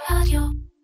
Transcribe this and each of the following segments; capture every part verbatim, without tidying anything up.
רדיו.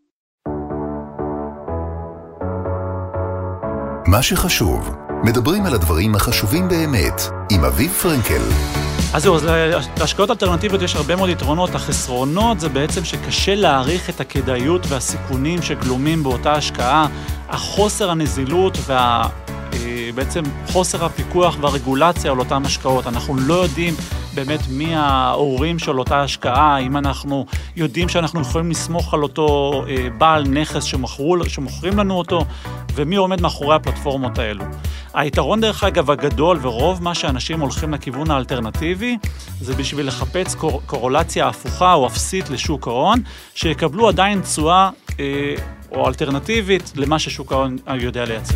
מה שחשוב, מדברים על הדברים החשובים באמת, עם אביב פרנקל. אז זהו, אז להשקעות אלטרנטיביות יש הרבה מאוד יתרונות. החסרונות זה בעצם שקשה להעריך את הכדאיות והסיכונים שגלומים באותה השקעה, החוסר הנזילות וה... בעצם חוסר הפיקוח והרגולציה על אותם השקעות. אנחנו לא יודעים באמת מי ההורים של אותה השקעה, אם אנחנו יודעים שאנחנו יכולים לסמוך על אותו בעל נכס שמוכרו, שמוכרים לנו אותו, ומי עומד מאחורי הפלטפורמות האלו. היתרון דרך אגב הגדול, ורוב מה שאנשים הולכים לכיוון האלטרנטיבי, זה בשביל לחפש קור- קורולציה הפוכה או אפסית לשוק ההון, שיקבלו עדיין תשואה אה, או אלטרנטיבית למה ששוק ההון יודע לייצר.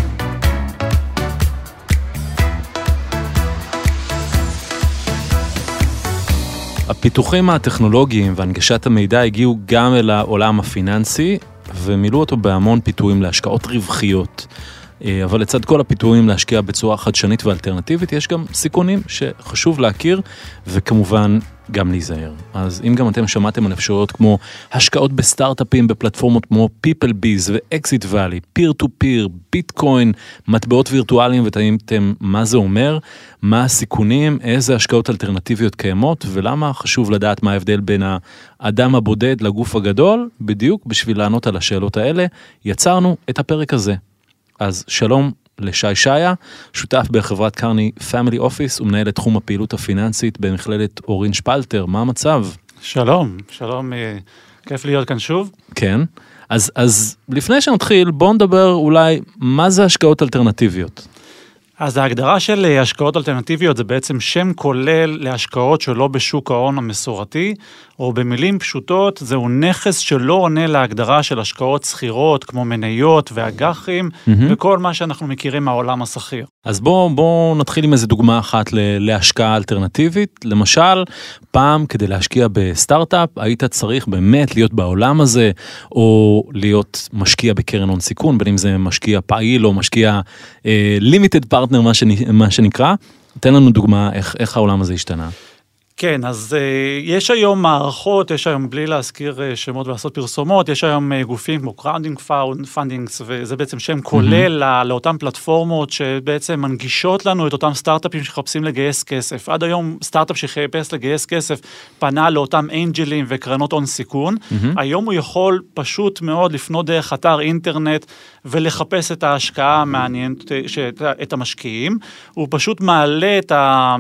הפיתוחים הטכנולוגיים והנגשת המידע הגיעו גם אל העולם הפיננסי, ומילאו אותו בהמון פיתויים להשקעות רווחיות. אבל לצד כל הפיתויים להשקיע בצורה חדשנית ואלטרנטיבית, יש גם סיכונים שחשוב להכיר, וכמובן גם להיזהר. אז אם גם אתם שמעתם על אפשרויות כמו השקעות בסטארט-אפים בפלטפורמות כמו PeopleBiz ו-Exit Valley, Peer to Peer, ביטקוין, מטבעות וירטואליים, ותאמתם מה זה אומר, מה הסיכונים, איזה השקעות אלטרנטיביות קיימות, ולמה חשוב לדעת מה ההבדל בין האדם הבודד לגוף הגדול, בדיוק בשביל לענות על השאלות האלה, יצרנו את הפרק הזה. אז שלום לשי שיה, שותף בחברת קרני פמילי אופיס, ומנהל את תחום הפעילות הפיננסית במכללת אורין שפלטר. מה המצב? שלום, שלום, כיף להיות כאן שוב. כן, אז, אז לפני שנתחיל, בואו נדבר אולי מה זה השקעות אלטרנטיביות. אז ההגדרה של השקעות אלטרנטיביות זה בעצם שם כולל להשקעות שלא בשוק ההון המסורתי, או במילים פשוטות, זהו נכס שלא עונה להגדרה של השקעות סחירות, כמו מניות ואג"חים, mm-hmm. וכל מה שאנחנו מכירים מהעולם הסחיר. אז בואו בוא נתחיל עם איזו דוגמה אחת להשקעה אלטרנטיבית. למשל, פעם כדי להשקיע בסטארט-אפ, היית צריך באמת להיות בעולם הזה, או להיות משקיע בקרן הון סיכון, בין אם זה משקיע פעיל או משקיע אה, limited partner, מה, שנ, מה שנקרא. תן לנו דוגמה איך, איך העולם הזה השתנה. כן, אז uh, יש היום מערכות, יש היום, בלי להזכיר uh, שמות ולעשות פרסומות, יש היום uh, גופים כמו crowding fundings, וזה בעצם שם כולל mm-hmm. לאותן פלטפורמות שבעצם מנגישות לנו את אותם סטארט-אפים שחפשים לגייס כסף. עד היום סטארט-אפ שחפש לגייס כסף פנה לאותם אנג'לים וקרנות הון סיכון. Mm-hmm. היום הוא יכול פשוט מאוד לפנות דרך אתר אינטרנט ולחפש את ההשקעה המעניינת, את המשקיעים. הוא פשוט מעלה את ה...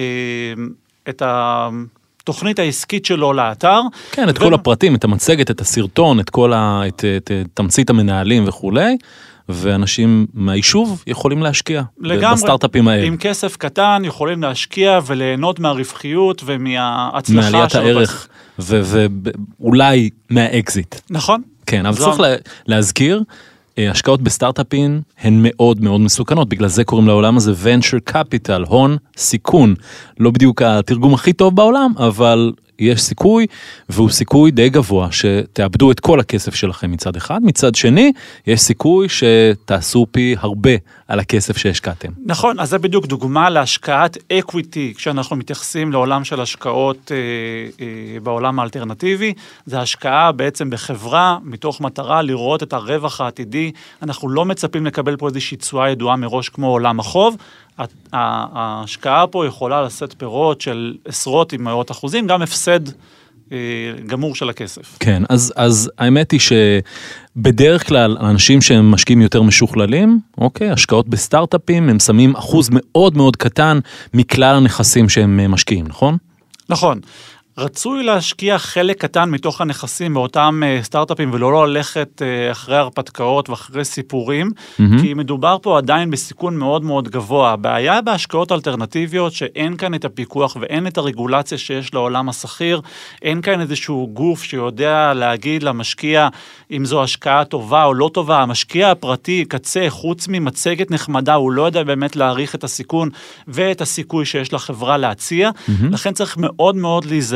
את התוכנית העסקית שלו לאתר. כן, את ו... כל הפרטים, את המצגת, את הסרטון, את כל ה... את, את, את תמצית המנהלים וכולי, ואנשים מהיישוב יכולים להשקיע לגמרי, בסטארט-אפים האלה. עם כסף קטן יכולים להשקיע וליהנות מהרווחיות ומההצלחה של... מעליית הערך, ואולי מהאקזיט. נכון. כן, אבל צריך לה... להזכיר, השקעות בסטארט-אפים הן מאוד מאוד מסוכנות, בגלל זה קוראים לעולם הזה venture capital, הון סיכון. לא בדיוק התרגום הכי טוב בעולם, אבל יש סיכוי, והוא סיכוי די גבוה שתאבדו את כל הכסף שלכם מצד אחד, מצד שני, יש סיכוי שתעשו פי הרבה על הכסף שהשקעתם. נכון, אז זה בדיוק דוגמה להשקעת אקוויטי, כשאנחנו מתייחסים לעולם של השקעות אה, אה, בעולם האלטרנטיבי, זה השקעה בעצם בחברה, מתוך מטרה לראות את הרווח העתידי, אנחנו לא מצפים לקבל פה איזושהי תשואה ידועה מראש כמו עולם החוב, ההשקעה פה יכולה לשאת פירות של עשרות עם מאות אחוזים, גם הפסד גמור של הכסף. כן, אז, אז האמת היא שבדרך כלל אנשים שהם משקיעים יותר משוכללים, אוקיי, השקעות בסטארט-אפים, הם שמים אחוז מאוד מאוד קטן מכלל הנכסים שהם משקיעים, נכון? נכון. רצוי להשקיע חלק קטן מתוך הנכסים באותם סטארט-אפים, ולא לא ללכת אחרי הרפתקאות ואחרי סיפורים, mm-hmm. כי מדובר פה עדיין בסיכון מאוד מאוד גבוה. הבעיה בהשקעות אלטרנטיביות שאין כאן את הפיקוח ואין את הרגולציה שיש לעולם הסחיר, אין כאן איזשהו גוף שיודע להגיד למשקיע אם זו השקעה טובה או לא טובה. המשקיע הפרטי קצה, חוץ ממצגת נחמדה, הוא לא יודע באמת להעריך את הסיכון ואת הסיכוי שיש לחברה להציע, mm-hmm. לכן צריך מאוד מאוד להיזהר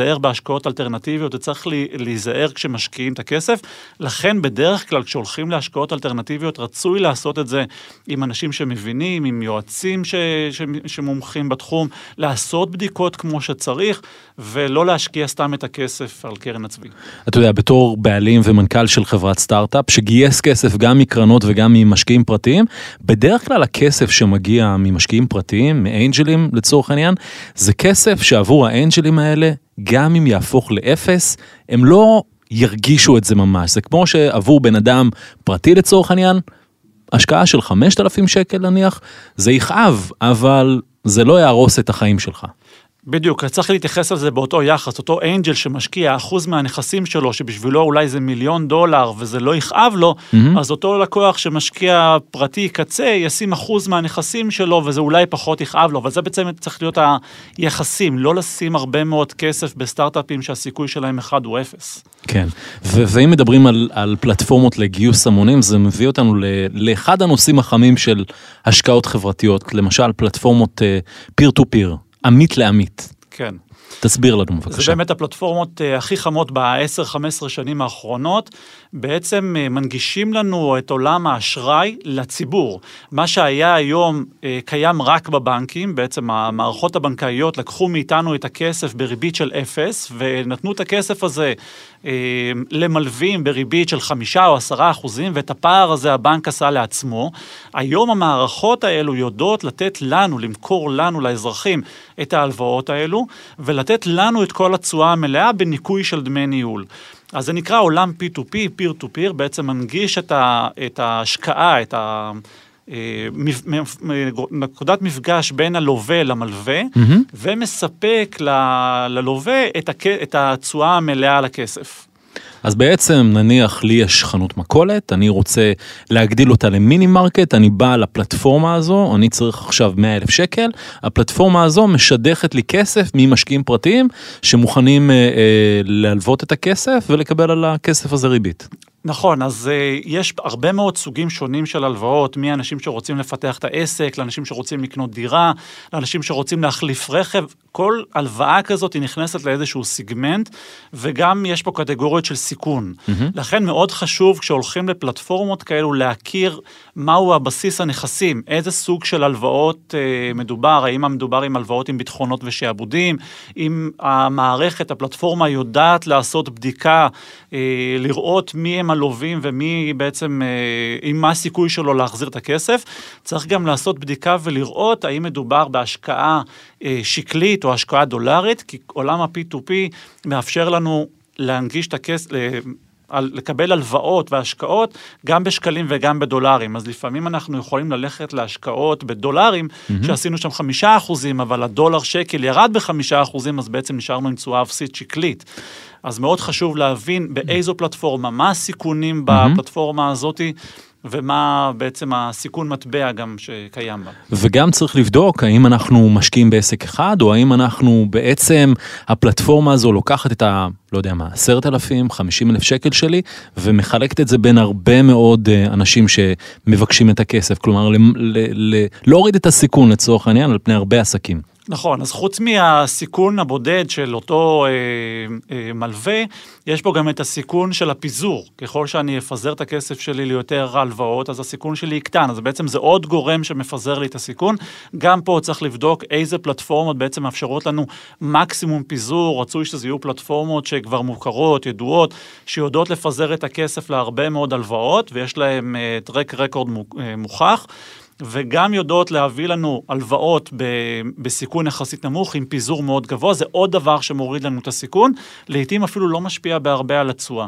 להיזהר בהשקעות אלטרנטיביות, וצריך להיזהר כשמשקיעים את הכסף, לכן בדרך כלל כשהולכים להשקעות אלטרנטיביות, רצוי לעשות את זה עם אנשים שמבינים, עם יועצים ש, ש, שמומחים בתחום, לעשות בדיקות כמו שצריך, ולא להשקיע סתם את הכסף על קרן הצבי. אתה יודע, בתור בעלים ומנכ"ל של חברת סטארט-אפ, שגייס כסף גם מקרנות וגם ממשקיעים פרטיים, בדרך כלל הכסף שמגיע ממשקיעים פרטיים, מאנג'לים לצורך העניין, זה כסף שעבור האנג'לים האלה, גם אם יהפוך לאפס, הם לא ירגישו את זה ממש. זה כמו שעבור בן אדם פרטי לצורך העניין, השקעה של חמשת אלפים שקל נניח, זה יכאב, אבל זה לא יהרוס את החיים שלך. בדיוק, צריך להתייחס על זה באותו יחס, אותו אנג'ל שמשקיע אחוז מהנכסים שלו, שבשבילו אולי זה מיליון דולר, וזה לא יכאב לו, mm-hmm. אז אותו לקוח שמשקיע פרטי קצה, ישים אחוז מהנכסים שלו, וזה אולי פחות יכאב לו, אבל זה בעצם צריך להיות היחסים, לא לשים הרבה מאוד כסף בסטארט-אפים שהסיכוי שלהם אחד הוא אפס. כן, ו- ואם מדברים על, על פלטפורמות לגיוס המונים, זה מביא אותנו ל- לאחד הנושאים החמים של השקעות חברתיות, למשל פלטפורמות פיר טו פיר. עמית לעמית. כן. תסביר לנו בבקשה. זה באמת הפלטפורמות הכי חמות ב-עשר חמש עשרה שנים האחרונות, בעצם מנגישים לנו את עולם האשראי לציבור. מה שהיה היום קיים רק בבנקים, בעצם המערכות הבנקאיות לקחו מאיתנו את הכסף בריבית של אפס, ונתנו את הכסף הזה למלווים בריבית של חמישה או עשרה אחוזים, ואת הפער הזה הבנק עשה לעצמו. היום המערכות האלו יודעות לתת לנו, למכור לנו, לאזרחים, את ההלוואות האלו, ולתת לנו את כל התשואה המלאה בניקוי של דמי ניהול. אז זה נקרא עולם פי טו פי, פיר טו פיר, בעצם מנגיש את, ה, את ההשקעה, את ה... נקודת מפגש בין הלווה למלווה, mm-hmm. ומספק ל, ללווה את, הכ, את התשואה המלאה לכסף. אז בעצם נניח לי יש חנות מכולת, אני רוצה להגדיל אותה למיני מרקט, אני בא לפלטפורמה הזו, אני צריך עכשיו מאה אלף שקל, הפלטפורמה הזו משדכת לי כסף ממשקיעים פרטיים, שמוכנים אה, אה, להלוות את הכסף ולקבל על הכסף הזה ריבית. נכון, אז uh, יש הרבה מאוד סוגים שונים של הלוואות, מאנשים שרוצים לפתח את העסק, לאנשים שרוצים לקנות דירה, לאנשים שרוצים להחליף רכב, כל הלוואה כזאת היא נכנסת לאיזשהו סיגמנט, וגם יש פה קטגוריות של סיכון. Mm-hmm. לכן מאוד חשוב כשהולכים לפלטפורמות כאלו להכיר מהו הבסיס הנכסים, איזה סוג של הלוואות uh, מדובר, האם מדובר עם הלוואות עם ביטחונות ושעבודים, אם המערכת, הפלטפורמה יודעת לעשות בדיקה, uh, לראות מי הם הלווים ומי בעצם, עם מה הסיכוי שלו להחזיר את הכסף, צריך גם לעשות בדיקה ולראות האם מדובר בהשקעה שקלית או השקעה דולרית, כי עולם ה-פי טו פי מאפשר לנו להנגיש את הכסף, לקבל הלוואות והשקעות גם בשקלים וגם בדולרים. אז לפעמים אנחנו יכולים ללכת להשקעות בדולרים, mm-hmm. שעשינו שם חמישה אחוזים, אבל הדולר שקל ירד בחמישה אחוזים, אז בעצם נשארנו עם תשואה אפסית שקלית. אז מאוד חשוב להבין באיזו פלטפורמה, מה הסיכונים mm-hmm. בפלטפורמה הזאת, ומה בעצם הסיכון מטבע גם שקיים בה. וגם צריך לבדוק האם אנחנו משקיעים בעסק אחד, או האם אנחנו בעצם, הפלטפורמה הזו לוקחת את ה, לא יודע מה, עשרת אלפים, חמישים אלף שקל שלי, ומחלקת את זה בין הרבה מאוד אנשים שמבקשים את הכסף, כלומר, להוריד את הסיכון לצורך העניין על פני הרבה עסקים. נכון, אז חוץ מהסיכון הבודד של אותו אה, אה, מלווה, יש פה גם את הסיכון של הפיזור. ככל שאני אפזר את הכסף שלי ליותר הלוואות, אז הסיכון שלי יקטן. אז בעצם זה עוד גורם שמפזר לי את הסיכון. גם פה צריך לבדוק איזה פלטפורמות בעצם מאפשרות לנו מקסימום פיזור. רצוי שזה יהיו פלטפורמות שכבר מוכרות, ידועות, שיודעות לפזר את הכסף להרבה מאוד הלוואות, ויש להם אה, טרק רקורד מוכח. וגם יודעות להביא לנו הלוואות בסיכון יחסית נמוך, עם פיזור מאוד גבוה, זה עוד דבר שמוריד לנו את הסיכון, לעתים אפילו לא משפיע בהרבה על התשואה.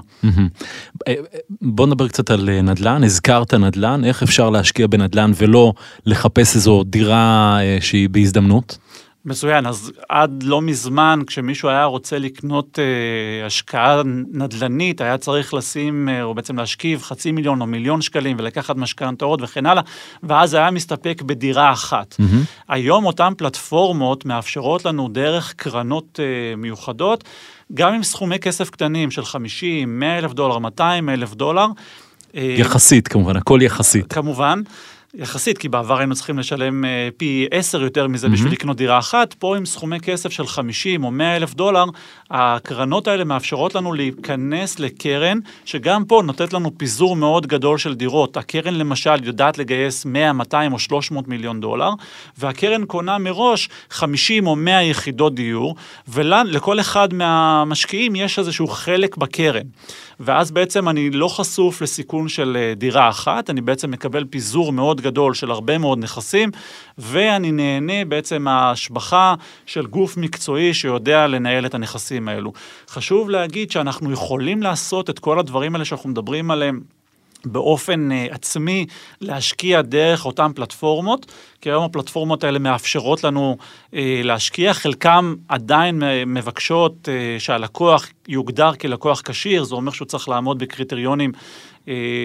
בוא נדבר קצת על נדל"ן, הזכרת נדל"ן, איך אפשר להשקיע בנדל"ן ולא לחפש איזו דירה שהיא בהזדמנות? מצוין, אז עד לא מזמן, כשמישהו היה רוצה לקנות אה, השקעה נדל"נית, היה צריך לשים, אה, או בעצם להשכיב חצי מיליון או מיליון שקלים, ולקחת משכנתאות וכן הלאה, ואז היה מסתפק בדירה אחת. Mm-hmm. היום אותן פלטפורמות מאפשרות לנו דרך קרנות אה, מיוחדות, גם עם סכומי כסף קטנים של חמישים, מאה אלף דולר, מאתיים אלף דולר. יחסית כמובן, הכל יחסית. כמובן. יחסית, כי בעבר היינו צריכים לשלם פי עשר יותר מזה mm-hmm. בשביל לקנות דירה אחת, פה עם סכומי כסף של חמישים או מאה אלף דולר, הקרנות האלה מאפשרות לנו להיכנס לקרן, שגם פה נותנת לנו פיזור מאוד גדול של דירות. הקרן למשל יודעת לגייס מאה, מאתיים או שלוש מאות מיליון דולר, והקרן קונה מראש חמישים או מאה יחידות דיור, ולכל אחד מהמשקיעים יש איזשהו חלק בקרן. ואז בעצם אני לא חשוף לסיכון של דירה אחת, אני בעצם מקבל פיזור מאוד גדול של הרבה מאוד נכסים, ואני נהנה בעצם מההשבחה של גוף מקצועי שיודע לנהל את הנכסים האלו. חשוב להגיד שאנחנו יכולים לעשות את כל הדברים האלה שאנחנו מדברים עליהם, באופן uh, עצמי להשקיע דרך אותן פלטפורמות, כי היום הפלטפורמות האלה מאפשרות לנו uh, להשקיע, חלקם עדיין מבקשות uh, שהלקוח יוגדר כלקוח קשיר, זה אומר שהוא צריך לעמוד בקריטריונים. Uh,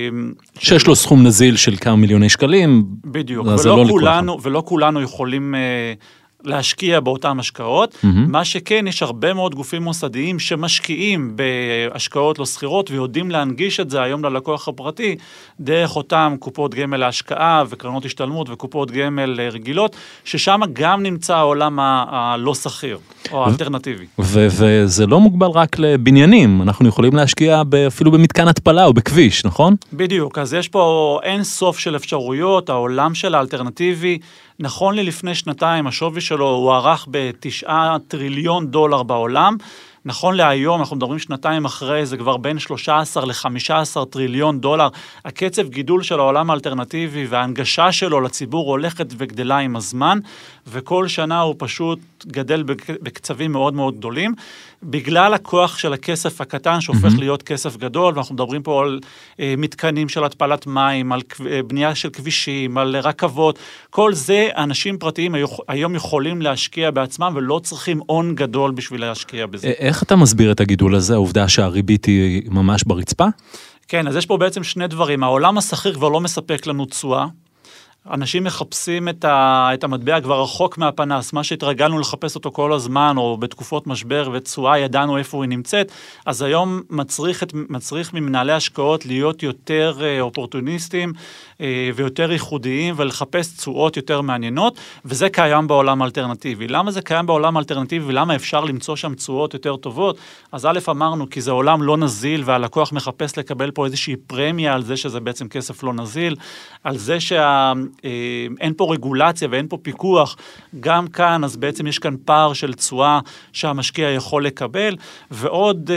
שיש של... לו סכום נזיל של כמה מיליוני שקלים. בדיוק, ולא, לא כולנו, ולא כולנו יכולים... Uh, להשקיע באותן השקעות, mm-hmm. מה שכן, יש הרבה מאוד גופים מוסדיים שמשקיעים בהשקעות לא סחירות, ויודעים להנגיש את זה היום ללקוח הפרטי, דרך אותם קופות גמל להשקעה, וקרנות השתלמות, וקופות גמל רגילות, ששם גם נמצא העולם הלא סחיר, או האלטרנטיבי. וזה לא מוגבל רק לבניינים, אנחנו יכולים להשקיע אפילו במתקן התפלה, או בכביש, נכון? בדיוק, אז יש פה אין סוף של אפשרויות, העולם של האלטרנטיבי, נכון לי לפני שנתיים, השווי שלו הוא ערך בתשעה טריליון דולר בעולם, נכון להיום, אנחנו מדברים שנתיים אחרי, זה כבר בין שלושה עשר ל-חמישה עשר טריליון דולר, הקצב גידול של העולם האלטרנטיבי וההנגשה שלו לציבור הולכת וגדלה עם הזמן, וכל שנה הוא פשוט גדל בקצבים מאוד מאוד גדולים, בגלל הכוח של הכסף הקטן שהופך mm-hmm. להיות כסף גדול, ואנחנו מדברים פה על אה, מתקנים של התפלת מים, על אה, בנייה של כבישים, על רכבות, כל זה אנשים פרטיים היום יכולים להשקיע בעצמם, ולא צריכים הון גדול בשביל להשקיע בזה. איך אתה מסביר את הגידול הזה, העובדה שהריבית היא ממש ברצפה? כן, אז יש פה בעצם שני דברים, העולם הסחיר כבר לא מספק לנו תשואה, אנשים מחפשים את, ה, את המטבע כבר רחוק מהפנס, מה שהתרגלנו לחפש אותו כל הזמן, או בתקופות משבר ותשואה, ידענו איפה היא נמצאת, אז היום מצריך, את, מצריך ממנהלי השקעות להיות יותר אה, אופורטוניסטים, אה, ויותר ייחודיים, ולחפש תשואות יותר מעניינות, וזה קיים בעולם האלטרנטיבי. למה זה קיים בעולם האלטרנטיבי, ולמה אפשר למצוא שם תשואות יותר טובות? אז א' אמרנו, כי זה עולם לא נזיל, והלקוח מחפש לקבל פה איזושהי פרמיה, על זה שזה בעצם כסף לא נזיל, על זה שה... אין פה רגולציה ואין פה פיקוח, גם כאן, אז בעצם יש כאן פער של תשואה שהמשקיע יכול לקבל, ועוד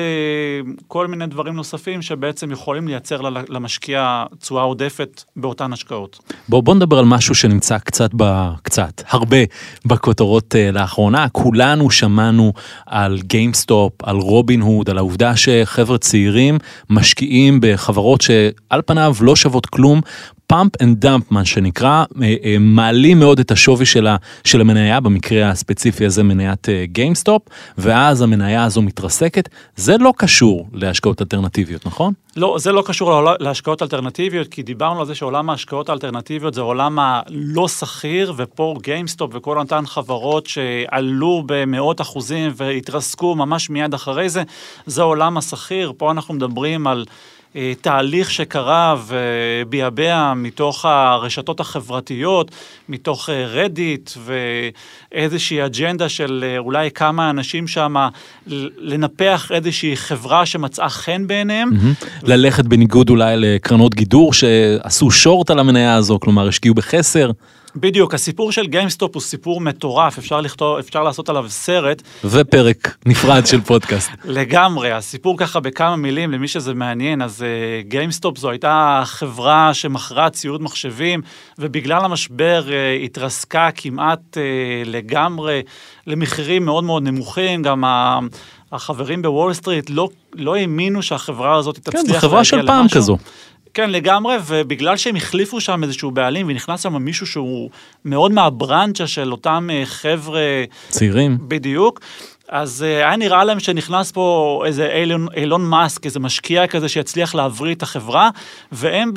כל מיני דברים נוספים שבעצם יכולים לייצר למשקיע תשואה עודפת באותן השקעות. בוא, בוא נדבר על משהו שנמצא קצת, קצת, הרבה בכותרות לאחרונה, כולנו שמענו על גיימסטופ, על רובין הוד, על העובדה שחבר'ה צעירים משקיעים בחברות שעל פניו לא שוות כלום, פאמפ אנד דאמפ, מה שנקרא, מעלים מאוד את השווי של, של המניה, במקרה הספציפי הזה מניית גיימסטופ, ואז המניה הזו מתרסקת. זה לא קשור להשקעות אלטרנטיביות, נכון? לא, זה לא קשור להשקעות אלטרנטיביות, כי דיברנו על זה שעולם ההשקעות האלטרנטיביות זה עולם הלא סחיר, ופה גיימסטופ וכל אותן חברות שעלו במאות אחוזים והתרסקו ממש מיד אחרי זה, זה עולם הסחיר. פה אנחנו מדברים על תהליך שקרה וביאבע מתוך הרשתות החברתיות, מתוך רדיט ואיזושהי אג'נדה של אולי כמה אנשים שם לנפח איזושהי חברה שמצאה חן בעיניהם. ללכת בניגוד אולי לקרנות גידור שעשו שורט על המניה הזו, כלומר השקיעו בחסר. בדיוק, הסיפור של גיימסטופ הוא סיפור מטורף, אפשר לכתוב, אפשר לעשות עליו סרט. ופרק נפרד של פודקאסט. לגמרי, הסיפור ככה בכמה מילים, למי שזה מעניין, אז גיימסטופ זו הייתה חברה שמכרה ציוד מחשבים, ובגלל המשבר התרסקה כמעט לגמרי, למחירים מאוד מאוד נמוכים, גם ה... החברים בוול סטריט לא, לא האמינו שהחברה הזאת תצליח להגיע למשהו. כן, זו חברה של פעם כזו. כן, לגמרי, ובגלל שהם החליפו שם איזשהו בעלים, ונכנס שם מישהו שהוא מאוד מהברנצ'ה של אותם חבר'ה... צעירים. בדיוק. אז היה נראה להם שנכנס פה איזה אילון, אילון מאסק, איזה משקיע כזה שיצליח להבריא את החברה, והם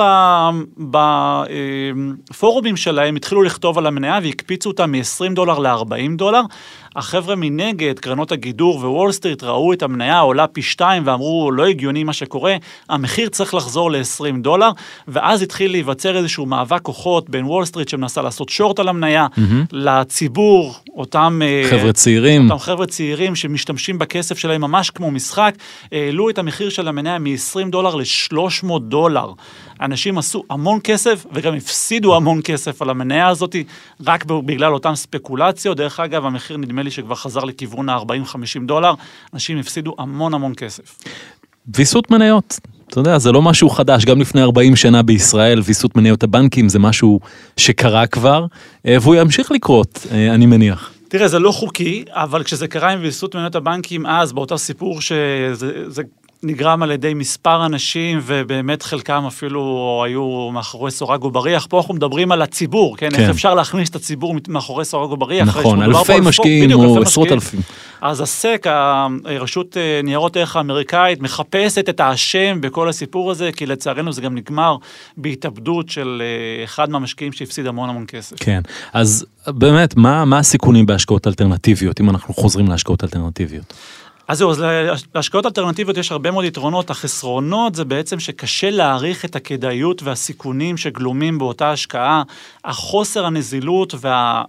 בפורומים שלהם התחילו לכתוב על המניה והקפיצו אותה מ-עשרים דולר ל-ארבעים דולר. החבר'ה מנגד, קרנות הגידור ווול סטריט ראו את המניה עולה פי שתיים ואמרו, לא הגיוני מה שקורה, המחיר צריך לחזור ל-עשרים דולר, ואז התחיל להיווצר איזשהו מאבק כוחות בין וול סטריט שמנסה לעשות שורט על המניה, mm-hmm. לציבור, אותם חבר'ה צעירים, אותם חבר'ה צעירים שמשתמשים בכסף שלהם ממש כמו משחק, העלו את המחיר של המניה מ-עשרים דולר ל-שלוש מאות דולר. אנשים עשו המון כסף וגם הפסידו המון כסף על המניה הזאת, רק בגלל אותם ספקולציות. דרך אגב, המחיר נדמה לי שכבר חזר לכיוון ה-ארבעים חמישים דולר, אנשים הפסידו המון המון כסף. ויסות מניות, אתה יודע, זה לא משהו חדש, גם לפני ארבעים שנה בישראל, ויסות מניות הבנקים זה משהו שקרה כבר, והוא ימשיך לקרות, אני מניח. תראה, זה לא חוקי, אבל כשזה קרה עם ויסות מניות הבנקים, אז באותו סיפור שזה זה נגרם על ידי מספר אנשים, ובאמת חלקם אפילו היו מאחורי סורג ובריח. פה אנחנו מדברים על הציבור, כן? כן. איך אפשר להכניס את הציבור מאחורי סורג ובריח? נכון, אלפי משקיעים או עשרות אלפים. אז הסק, הרשות ניירות ערך האמריקאית, מחפשת את האשם בכל הסיפור הזה, כי לצערנו זה גם נגמר בהתאבדות של אחד מהמשקיעים שהפסיד המון המון כסף. כן, אז באמת, מה, מה הסיכונים בהשקעות אלטרנטיביות, אם אנחנו חוזרים להשקעות אלטרנטיביות? אז זהו, אז להשקעות אלטרנטיביות יש הרבה מאוד יתרונות. החסרונות זה בעצם שקשה להעריך את הכדאיות והסיכונים שגלומים באותה השקעה, החוסר הנזילות וה...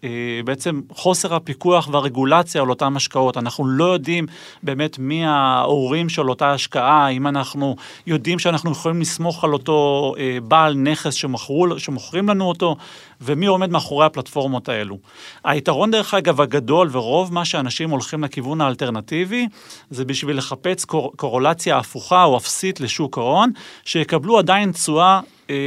בעצם חוסר הפיקוח והרגולציה על אותם השקעות. אנחנו לא יודעים באמת מי ההורים של אותה השקעה, אם אנחנו יודעים שאנחנו יכולים לסמוך על אותו בעל נכס שמוכרו, שמוכרים לנו אותו, ומי עומד מאחורי הפלטפורמות האלו. היתרון דרך אגב הגדול, ורוב מה שאנשים הולכים לכיוון האלטרנטיבי, זה בשביל לחפש קור, קורולציה הפוכה או אפסית לשוק ההון, שיקבלו עדיין תשואה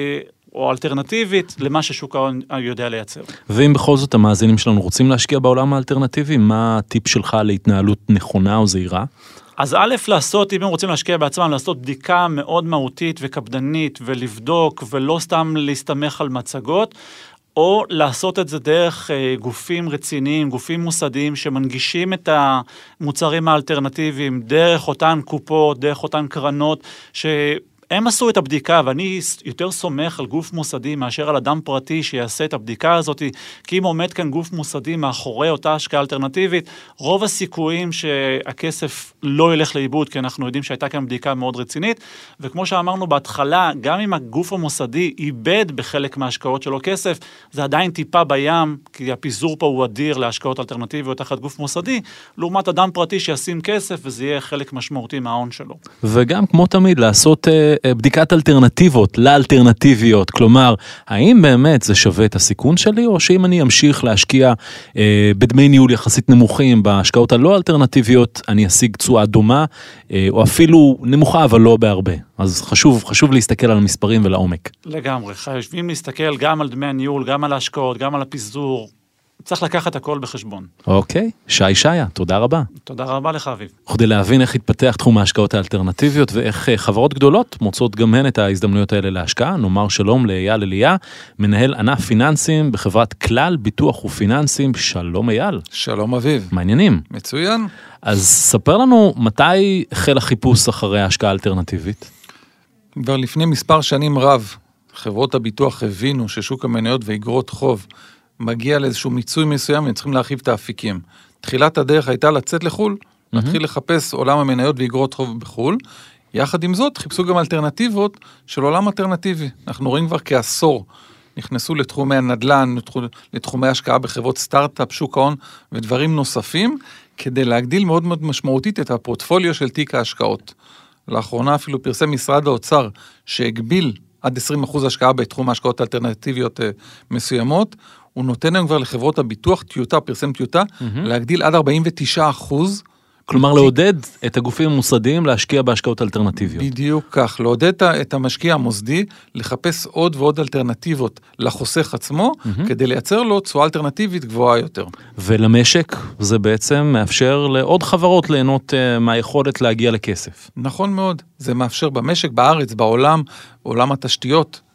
או אלטרנטיבית למה ששוק ההון יודע לייצר. ואם בכל זאת המאזינים שלנו רוצים להשקיע בעולם האלטרנטיבי, מה הטיפ שלך להתנהלות נכונה או זהירה? אז א', לעשות, אם הם רוצים להשקיע בעצמם, לעשות בדיקה מאוד מהותית וקפדנית, ולבדוק, ולא סתם להסתמך על מצגות, או לעשות את זה דרך גופים רציניים, גופים מוסדיים, שמנגישים את המוצרים האלטרנטיביים, דרך אותן קופות, דרך אותן קרנות, ש... הם עשו את הבדיקה, ואני יותר סומך על גוף מוסדי מאשר על אדם פרטי שיעשה את הבדיקה הזאת, כי אם עומד כאן גוף מוסדי מאחורי אותה השקעה אלטרנטיבית, רוב הסיכויים שהכסף לא ילך לאיבוד, כי אנחנו יודעים שהייתה כאן בדיקה מאוד רצינית, וכמו שאמרנו בהתחלה, גם אם הגוף המוסדי איבד בחלק מההשקעות שלו כסף, זה עדיין טיפה בים, כי הפיזור פה הוא אדיר להשקעות אלטרנטיביות תחת גוף מוסדי, לעומת אדם פרטי שישים כסף, וזה יהיה חלק משמעותי מההון שלו. וגם כמו תמיד, לעשות בדיקת אלטרנטיבות לאלטרנטיביות, כלומר, האם באמת זה שווה את הסיכון שלי, או שאם אני אמשיך להשקיע אה, בדמי ניהול יחסית נמוכים, בהשקעות הלא אלטרנטיביות, אני אשיג תשואה דומה, אה, או אפילו נמוכה, אבל לא בהרבה. אז חשוב, חשוב להסתכל על המספרים ולעומק. לגמרי, חייבים להסתכל גם על דמי הניהול, גם על ההשקעות, גם על הפיזור, צריך לקחת הכל בחשבון. אוקיי, שי שיה, תודה רבה. תודה רבה לך, אביב. כדי להבין איך התפתח תחום ההשקעות האלטרנטיביות, ואיך חברות גדולות מוצאות גם הן את ההזדמנויות האלה להשקעה, נאמר שלום לאייל אליה, מנהל ענף פיננסים בחברת כלל ביטוח ופיננסים. שלום אייל. שלום אביב. מעניינים. מצוין. אז ספר לנו, מתי החל החיפוש אחרי ההשקעה האלטרנטיבית? כבר לפני מספר שנים רב, חברות הביטוח הבינו ששוק המניות ואגרות חוב מגיע לאיזשהו מיצוי מסוים, והם צריכים להרחיב את האפיקים. תחילת הדרך הייתה לצאת לחול, mm-hmm. להתחיל לחפש עולם המניות ואגרות חוב בחול, יחד עם זאת, חיפשו גם אלטרנטיבות של עולם אלטרנטיבי. אנחנו רואים כבר כעשור, נכנסו לתחומי הנדל"ן, לתחומי השקעה בחברות סטארט-אפ, שוק ההון ודברים נוספים, כדי להגדיל מאוד מאוד משמעותית את הפורטפוליו של תיק ההשקעות. לאחרונה אפילו פרסם משרד האוצר שהגביל עד עשרים אחוז השקעה בתחום ההשקעות האלטרנטיביות מסוימות, הוא נותן להם כבר לחברות הביטוח טיוטה, פרסם טיוטה, mm-hmm. להגדיל עד ארבעים ותשעה אחוז. כלומר, לעודד את הגופים המוסדיים להשקיע בהשקעות אלטרנטיביות. בדיוק כך, לעודד את המשקיע המוסדי, לחפש עוד ועוד אלטרנטיבות לחוסך עצמו, mm-hmm. כדי לייצר לו תשואה אלטרנטיבית גבוהה יותר. ולמשק זה בעצם מאפשר לעוד חברות ליהנות uh, מהיכולת להגיע לכסף. נכון מאוד, זה מאפשר במשק, בארץ, בעולם, עולם התשתיות,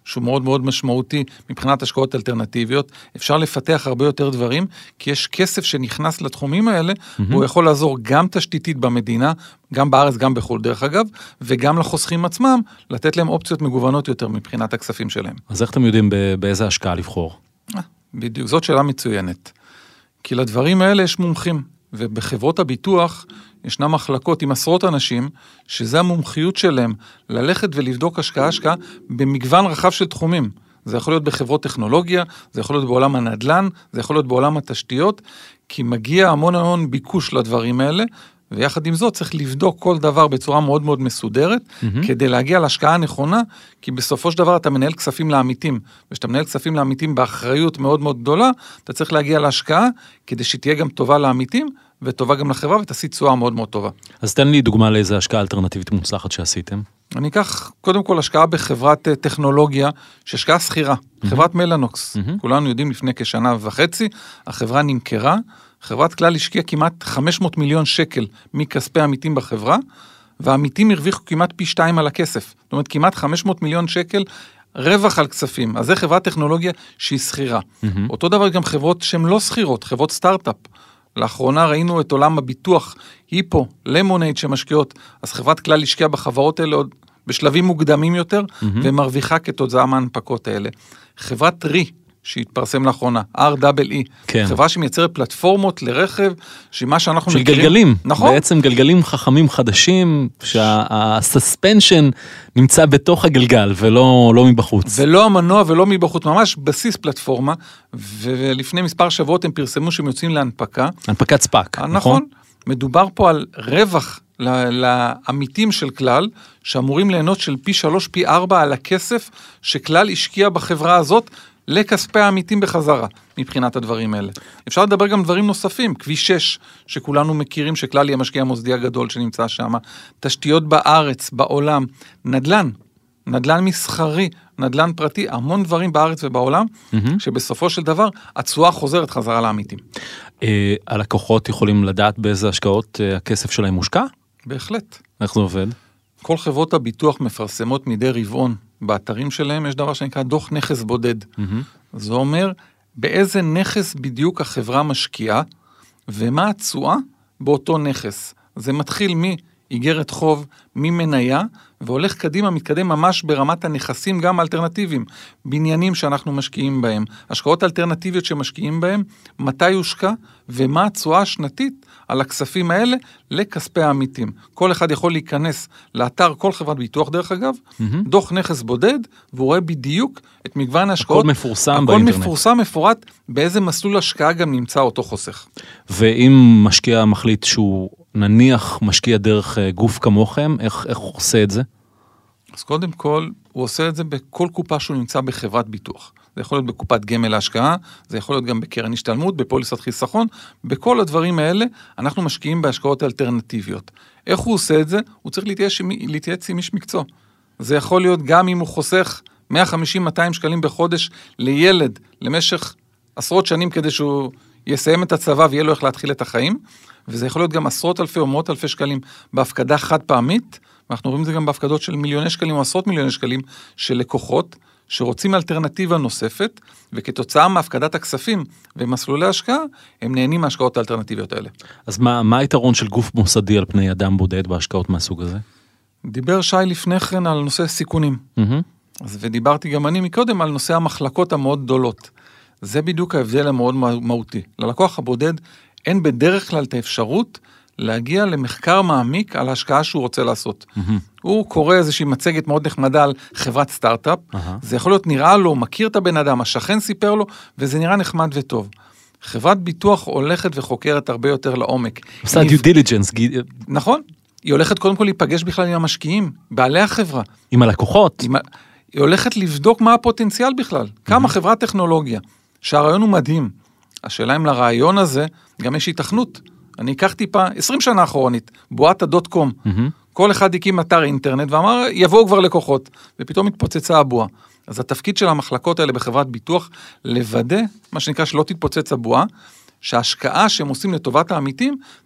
שהוא מאוד מאוד משמעותי מבחינת השקעות אלטרנטיביות, אפשר לפתח הרבה יותר דברים, כי יש כסף שנכנס לתחומים האלה, mm-hmm. והוא יכול לעזור גם תשתיתית במדינה, גם בארץ, גם בחול דרך אגב, וגם לחוסכים עצמם, לתת להם אופציות מגוונות יותר מבחינת הכספים שלהם. אז איך אתם יודעים באיזה השקעה לבחור? בדיוק, זאת שאלה מצוינת. כי לדברים האלה יש מומחים, ובחברות הביטוח ישנם מחלקות עם עשרות אנשים, שזה המומחיות שלהם, ללכת ולבדוק השקעה-השקעה במגוון רחב של תחומים. זה יכול להיות בחברות טכנולוגיה, זה יכול להיות בעולם הנדל"ן, זה יכול להיות בעולם התשתיות, כי מגיע המון המון ביקוש לדברים האלה, ויחד עם זאת צריך לבדוק כל דבר בצורה מאוד מאוד מסודרת, mm-hmm. כדי להגיע להשקעה הנכונה, כי בסופו של דבר אתה מנהל כספים לעמיתים, ושאתה מנהל כספים לעמיתים באחריות מאוד מאוד גדולה, אתה צריך להגיע להשקעה, כדי שתהיה גם טובה לעמיתים, וטובה גם לחברה, ותעשי תשואה מאוד מאוד טובה. אז תן לי דוגמה לאיזה השקעה אלטרנטיבית מוצלחת שעשיתם. אני אקח קודם כל השקעה בחברת טכנולוגיה, שהשקעה סחירה, mm-hmm. חברת מלנוקס. Mm-hmm. כולנו יודעים לפני כשנה וחצי, החברה נמכרה, חברת כלל השקיעה כמעט חמש מאות מיליון שקל מכספי עמיתים בחברה, והעמיתים הרוויחו כמעט פי שתיים על הכסף. זאת אומרת, כמעט חמש מאות מיליון שקל רווח על כספים. אז זה חברת טכנולוגיה שהיא סחירה. Mm-hmm. אותו דבר גם חברות שהן לא סחירות, חברות סטארט-אפ. לאחרונה ראינו את עולם הביטוח, היפו, למונייד שמשקיעות, אז חברת כלל השקיעה בחברות האלה עוד בשלבים מוקדמים יותר, mm-hmm. ומרוויחה כתוצאה מההנפקות האלה. חברת רי, שהתפרסם לאחרונה, אר דאבל אי, כן. חברה שמייצרת פלטפורמות לרכב, שמה שאנחנו של מכירים... של גלגלים, נכון? בעצם גלגלים חכמים חדשים, שהסספנשן נמצא בתוך הגלגל, ולא לא מבחוץ. ולא המנוע ולא מבחוץ, ממש בסיס פלטפורמה, ולפני מספר שבועות הם פרסמו שהם יוצאים להנפקה. הנפקת ספק, נכון? נכון, מדובר פה על רווח לעמיתים של כלל, שאמורים ליהנות של פי שלוש, פי ארבע על הכסף, שכלל השקיע בחברה הזאת, לכספי העמיתים בחזרה, מבחינת הדברים האלה. אפשר לדבר גם דברים נוספים, כביש שש, שכולנו מכירים, שכלל היא המשקיע המוסדי הגדול שנמצא שם, תשתיות בארץ, בעולם, נדל"ן, נדל"ן מסחרי, נדל"ן פרטי, המון דברים בארץ ובעולם, mm-hmm. שבסופו של דבר, התשואה חוזרת חזרה לעמיתים. אה, הלקוחות יכולים לדעת באיזה השקעות אה, הכסף שלהם מושקע? בהחלט. איך זה עובד? כל חברות הביטוח מפרסמות מדי רבעון, באתרים שלהם יש דבר שנקרא דוח נכס בודד. Mm-hmm. זה אומר באיזה נכס בדיוק החברה משקיעה, ומה התשואה באותו נכס. זה מתחיל מאיגרת חוב, ממניה, והולך קדימה, מתקדם ממש ברמת הנכסים גם אלטרנטיביים, בניינים שאנחנו משקיעים בהם, השקעות אלטרנטיביות שמשקיעים בהם, מתי יושקע, ומה התשואה השנתית על הכספים האלה לכספי העמיתים. כל אחד יכול להיכנס לאתר כל חברת ביטוח דרך אגב, mm-hmm. דוח נכס בודד, והוא רואה בדיוק את מגוון ההשקעות. הכל מפורסם הכל באינטרנט. הכל מפורסם, מפורט, באיזה מסלול השקעה גם נמצא אותו חוסך. ואם משקיע מחליט שהוא נניח משקיע דרך גוף כמוכם, איך, איך הוא עושה את זה? אז קודם כל, הוא עושה את זה בכל קופה שהוא נמצא בחברת ביטוח. זה יכול להיות בקופת גמל להשקעה, זה יכול להיות גם בקרן השתלמות, בפוליסת חיסכון, בכל הדברים האלה אנחנו משקיעים בהשקעות אלטרנטיביות. איך הוא עושה את זה? הוא צריך להתייעץ, להתייעץ עם איש מקצוע. זה יכול להיות גם אם הוא חוסך מאה וחמישים מאתיים שקלים בחודש לילד, למשך עשרות שנים כדי שהוא יסיים את הצבא ויהיה לו איך להתחיל את החיים, וזה יכול להיות גם עשרות אלפי או מאות אלפי שקלים בהפקדה חד פעמית, ואנחנו רואים את זה גם בהפקדות של מיליוני שקלים או עשרות מיליוני שקלים של לקוחות, שרוצים אלטרנטיבה נוספת, וכתוצאה מהפקדת הכספים ומסלולי השקעה, הם נהנים מההשקעות האלטרנטיביות האלה. אז מה, מה היתרון של גוף מוסדי על פני אדם בודד בהשקעות מהסוג הזה? דיבר שי לפני כן על נושא סיכונים. Mm-hmm. אז ודיברתי גם אני מקודם על נושא המחלקות המאוד גדולות. זה בדיוק ההבדל המאוד מהותי. ללקוח הבודד אין בדרך כלל את האפשרות להגיע למחקר מעמיק על ההשקעה שהוא רוצה לעשות. Mm-hmm. הוא קורא איזושהי מצגת מאוד נחמדה על חברת סטארט-אפ, uh-huh. זה יכול להיות נראה לו, מכיר את הבן אדם, השכן סיפר לו, וזה נראה נחמד וטוב. חברת ביטוח הולכת וחוקרת הרבה יותר לעומק. עושה דיו דיליג'נס. נכון. היא הולכת קודם כל להיפגש בכלל עם המשקיעים, בעלי החברה. עם הלקוחות. עם... היא הולכת לבדוק מה הפוטנציאל בכלל. Mm-hmm. כמה חברת טכנולוגיה, שהרעיון הוא מדהים. השאלה אם לרעיון הזה גם יש התכנות. אני אקח טיפה, עשרים שנה אחרונית, בועת הדוט קום. Mm-hmm. כל אחד הקים אתר אינטרנט ואמר, יבואו כבר לקוחות, ופתאום התפוצצה הבועה. אז התפקיד של המחלקות האלה בחברת ביטוח, לוודא, מה שנקרא שלא תתפוצץ הבועה, שההשקעה שהם עושים לטובת העמיתים,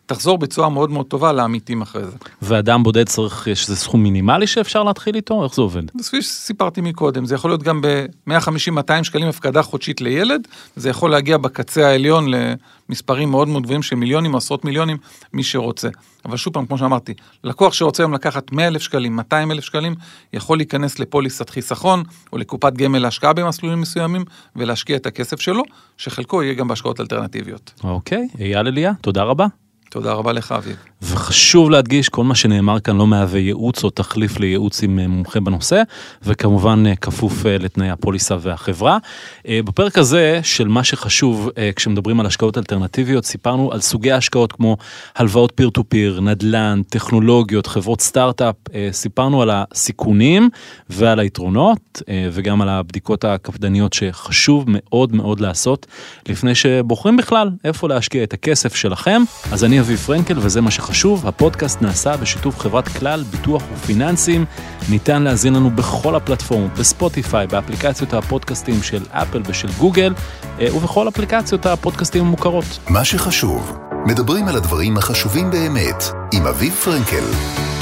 תחזור בצורה מאוד מאוד טובה לעמיתים אחרי זה. ואדם בודד צריך, יש איזה סכום מינימלי שאפשר להתחיל איתו? איך זה עובד? זה כפי שסיפרתי מקודם, זה יכול להיות גם ב-מאה וחמישים עד מאתיים שקלים הפקדה חודשית לילד, זה יכול להגיע בקצה העליון למספרים מאוד מאוד גבוהים של מיליונים, עשרות מיליונים, מי שרוצה. אבל שוב פעם, כמו שאמרתי, לקוח שרוצה היום לקחת מאה אלף שקלים, מאתיים אלף שקלים, יכול להיכנס לפוליסת חיסכון, או לקופת גמל להשקעה במסלולים מסוימים, ולהשקיע את הכסף שלו, שחלקו יהיה גם בהשקעות אלטרנטיביות. אוקיי, אייל אליה, תודה רבה. תודה רבה לך, אביב. וחשוב להדגיש, כל מה שנאמר כאן לא מהווה ייעוץ או תחליף לייעוץ עם מומחה בנושא, וכמובן כפוף לתנאי הפוליסה והחברה. בפרק הזה של מה שחשוב, כשמדברים על השקעות אלטרנטיביות, סיפרנו על סוגי השקעות כמו הלוואות פיר טו פיר, נדל"ן, טכנולוגיות, חברות סטארט-אפ, סיפרנו על הסיכונים ועל היתרונות, וגם על הבדיקות הקפדניות שחשוב מאוד מאוד לעשות, לפני שבוחרים בכלל איפה להשקיע את הכסף שלכם. אז אני אביב פרנקל, וזה מה שחשוב. הפודקאסט נעשה בשיתוף חברת כלל, ביטוח ופיננסים. ניתן להזין לנו בכל הפלטפורמות, בספוטיפיי, באפליקציות הפודקאסטים של אפל ושל גוגל, ובכל אפליקציות הפודקאסטים המוכרות. מה שחשוב, מדברים על הדברים החשובים באמת, עם אביב פרנקל.